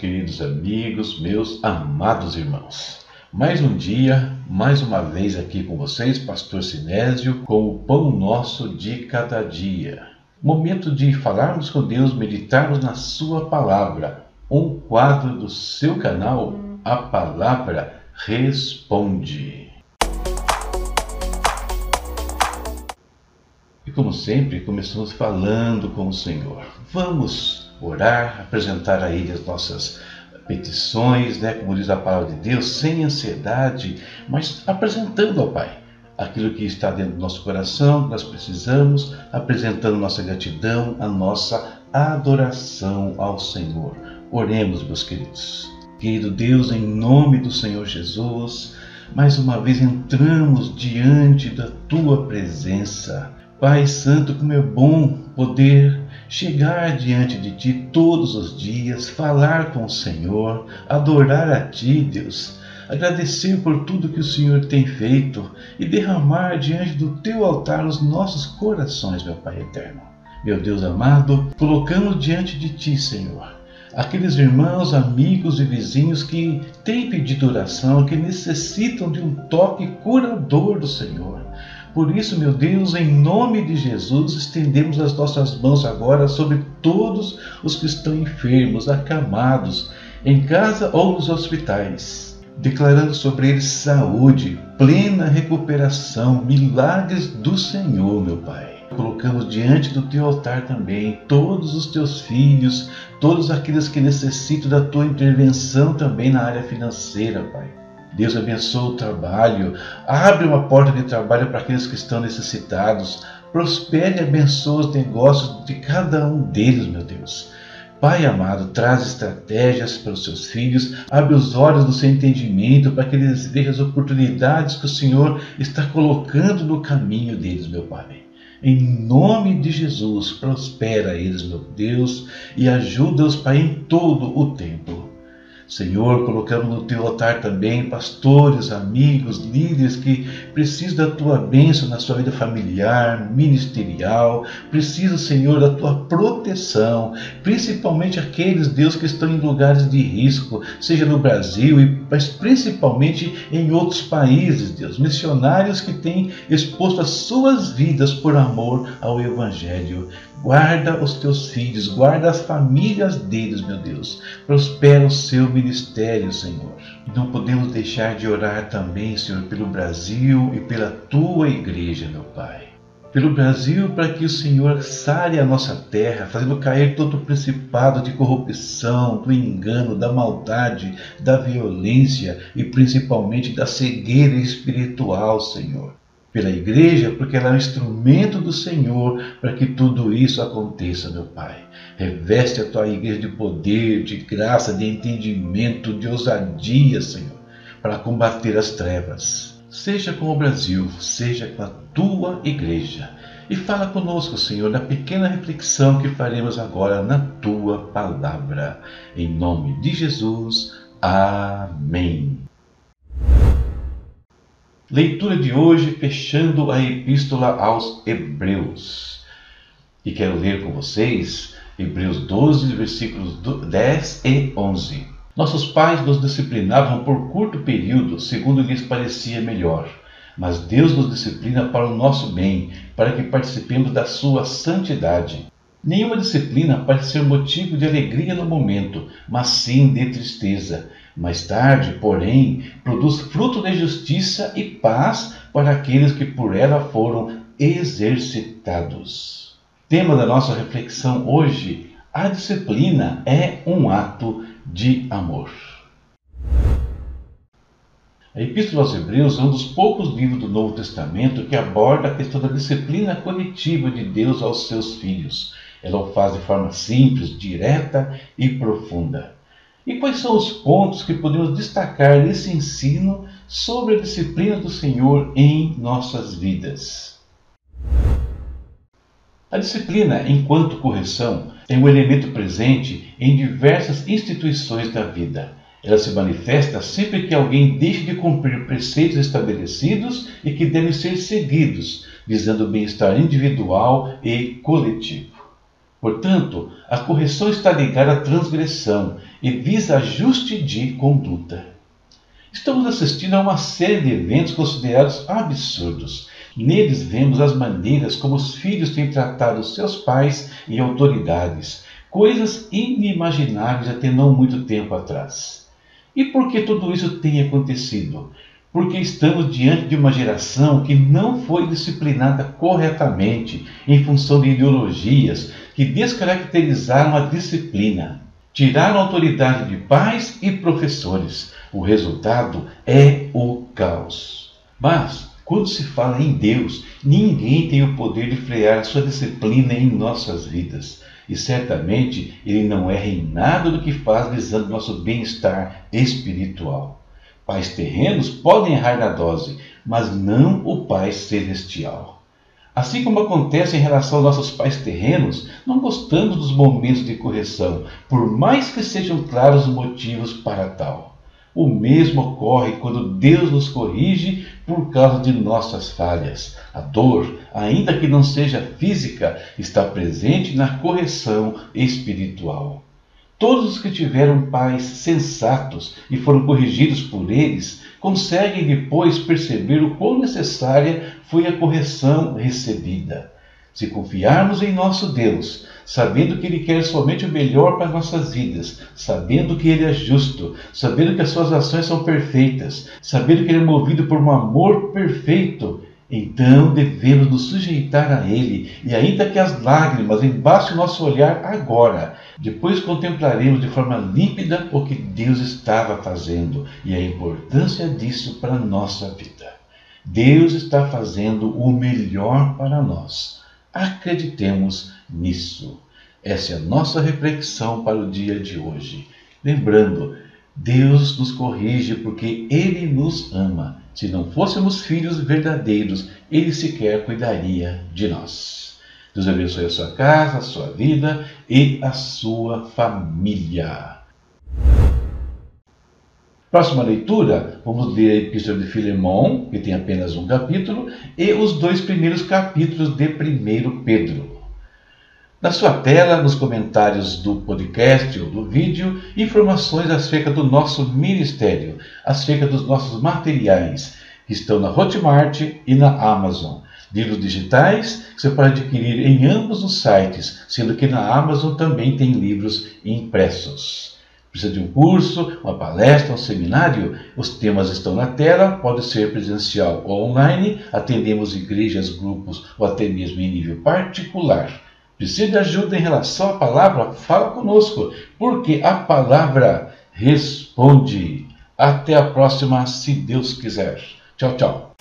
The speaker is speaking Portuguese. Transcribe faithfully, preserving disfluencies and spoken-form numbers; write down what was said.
queridos amigos, meus amados irmãos. Mais um dia, mais uma vez aqui com vocês, Pastor Sinésio, com o Pão Nosso de Cada Dia. Momento de falarmos com Deus, meditarmos na Sua Palavra, um quadro do seu canal, A Palavra Responde. E como sempre, começamos falando com o Senhor. Vamos orar, apresentar a Ele as nossas petições, né? Como diz a palavra de Deus, sem ansiedade, mas apresentando ao Pai aquilo que está dentro do nosso coração, que nós precisamos, apresentando nossa gratidão, a nossa adoração ao Senhor. Oremos, meus queridos. Querido Deus, em nome do Senhor Jesus, mais uma vez entramos diante da Tua presença. Pai Santo, como é bom poder chegar diante de Ti todos os dias, falar com o Senhor, adorar a Ti, Deus, agradecer por tudo que o Senhor tem feito e derramar diante do Teu altar os nossos corações, meu Pai eterno. Meu Deus amado, colocamos diante de Ti, Senhor, aqueles irmãos, amigos e vizinhos que têm pedido oração, que necessitam de um toque curador do Senhor. Por isso, meu Deus, em nome de Jesus, estendemos as nossas mãos agora sobre todos os que estão enfermos, acamados, em casa ou nos hospitais, declarando sobre eles saúde, plena recuperação, milagres do Senhor, meu Pai. Colocamos diante do Teu altar também todos os Teus filhos, todos aqueles que necessitam da Tua intervenção também na área financeira, Pai. Deus abençoa o trabalho, abre uma porta de trabalho para aqueles que estão necessitados, prospere e abençoa os negócios de cada um deles, meu Deus. Pai amado, traz estratégias para os seus filhos, abre os olhos do seu entendimento para que eles vejam as oportunidades que o Senhor está colocando no caminho deles, meu Pai. Em nome de Jesus, prospera eles, meu Deus, e ajuda-os, Pai, em todo o tempo. Senhor, colocamos no Teu altar também pastores, amigos, líderes que precisam da Tua bênção na sua vida familiar, ministerial, precisam, Senhor, da Tua proteção, principalmente aqueles, Deus, que estão em lugares de risco, seja no Brasil, mas principalmente em outros países, Deus, missionários que têm exposto as suas vidas por amor ao Evangelho. Guarda os Teus filhos, guarda as famílias deles, meu Deus. Prospera o seu ministério, Senhor. E não podemos deixar de orar também, Senhor, pelo Brasil e pela Tua igreja, meu Pai. Pelo Brasil, para que o Senhor sare a nossa terra, fazendo cair todo o principado de corrupção, do engano, da maldade, da violência e principalmente da cegueira espiritual, Senhor. Pela igreja, porque ela é um instrumento do Senhor para que tudo isso aconteça, meu Pai. Reveste a Tua igreja de poder, de graça, de entendimento, de ousadia, Senhor, para combater as trevas. Seja com o Brasil, seja com a Tua igreja. E fala conosco, Senhor, na pequena reflexão que faremos agora na Tua palavra. Em nome de Jesus, amém. Leitura de hoje, fechando a Epístola aos Hebreus. E quero ler com vocês Hebreus doze, versículos dez e onze. Nossos pais nos disciplinavam por curto período, segundo lhes parecia melhor. Mas Deus nos disciplina para o nosso bem, para que participemos da sua santidade. Nenhuma disciplina parece ser motivo de alegria no momento, mas sim de tristeza. Mais tarde, porém, produz fruto de justiça e paz para aqueles que por ela foram exercitados. Tema da nossa reflexão hoje: a disciplina é um ato de amor. A Epístola aos Hebreus é um dos poucos livros do Novo Testamento que aborda a questão da disciplina coletiva de Deus aos seus filhos. Ela o faz de forma simples, direta e profunda. E quais são os pontos que podemos destacar nesse ensino sobre a disciplina do Senhor em nossas vidas? A disciplina, enquanto correção, é um elemento presente em diversas instituições da vida. Ela se manifesta sempre que alguém deixa de cumprir preceitos estabelecidos e que devem ser seguidos, visando o bem-estar individual e coletivo. Portanto, a correção está ligada à transgressão e visa ajuste de conduta. Estamos assistindo a uma série de eventos considerados absurdos. Neles vemos as maneiras como os filhos têm tratado seus pais e autoridades, coisas inimagináveis até não muito tempo atrás. E por que tudo isso tem acontecido? Porque estamos diante de uma geração que não foi disciplinada corretamente em função de ideologias que descaracterizaram a disciplina. Tiraram a autoridade de pais e professores. O resultado é o caos. Mas, quando se fala em Deus, ninguém tem o poder de frear a sua disciplina em nossas vidas. E certamente Ele não erra em nada do que faz visando nosso bem-estar espiritual. Pais terrenos podem errar na dose, mas não o Pai Celestial. Assim como acontece em relação aos nossos pais terrenos, não gostamos dos momentos de correção, por mais que sejam claros os motivos para tal. O mesmo ocorre quando Deus nos corrige por causa de nossas falhas. A dor, ainda que não seja física, está presente na correção espiritual. Todos os que tiveram pais sensatos e foram corrigidos por eles, conseguem depois perceber o quão necessária foi a correção recebida. Se confiarmos em nosso Deus, sabendo que Ele quer somente o melhor para nossas vidas, sabendo que Ele é justo, sabendo que as suas ações são perfeitas, sabendo que Ele é movido por um amor perfeito, então devemos nos sujeitar a Ele, e ainda que as lágrimas embaçem o nosso olhar agora, depois contemplaremos de forma límpida o que Deus estava fazendo e a importância disso para a nossa vida. Deus está fazendo o melhor para nós. Acreditemos nisso. Essa é a nossa reflexão para o dia de hoje. Lembrando, Deus nos corrige porque Ele nos ama. Se não fôssemos filhos verdadeiros, Ele sequer cuidaria de nós. Deus abençoe a sua casa, a sua vida e a sua família. Próxima leitura, vamos ler a Epístola de Filemão, que tem apenas um capítulo, e os dois primeiros capítulos de primeiro Pedro. Na sua tela, nos comentários do podcast ou do vídeo, informações acerca do nosso ministério, acerca dos nossos materiais, que estão na Hotmart e na Amazon. Livros digitais que você pode adquirir em ambos os sites, sendo que na Amazon também tem livros impressos. Precisa de um curso, uma palestra, um seminário? Os temas estão na tela, pode ser presencial ou online, atendemos igrejas, grupos ou até mesmo em nível particular. Precisa de ajuda em relação à palavra? Fala conosco, porque a palavra responde. Até a próxima, se Deus quiser. Tchau, tchau.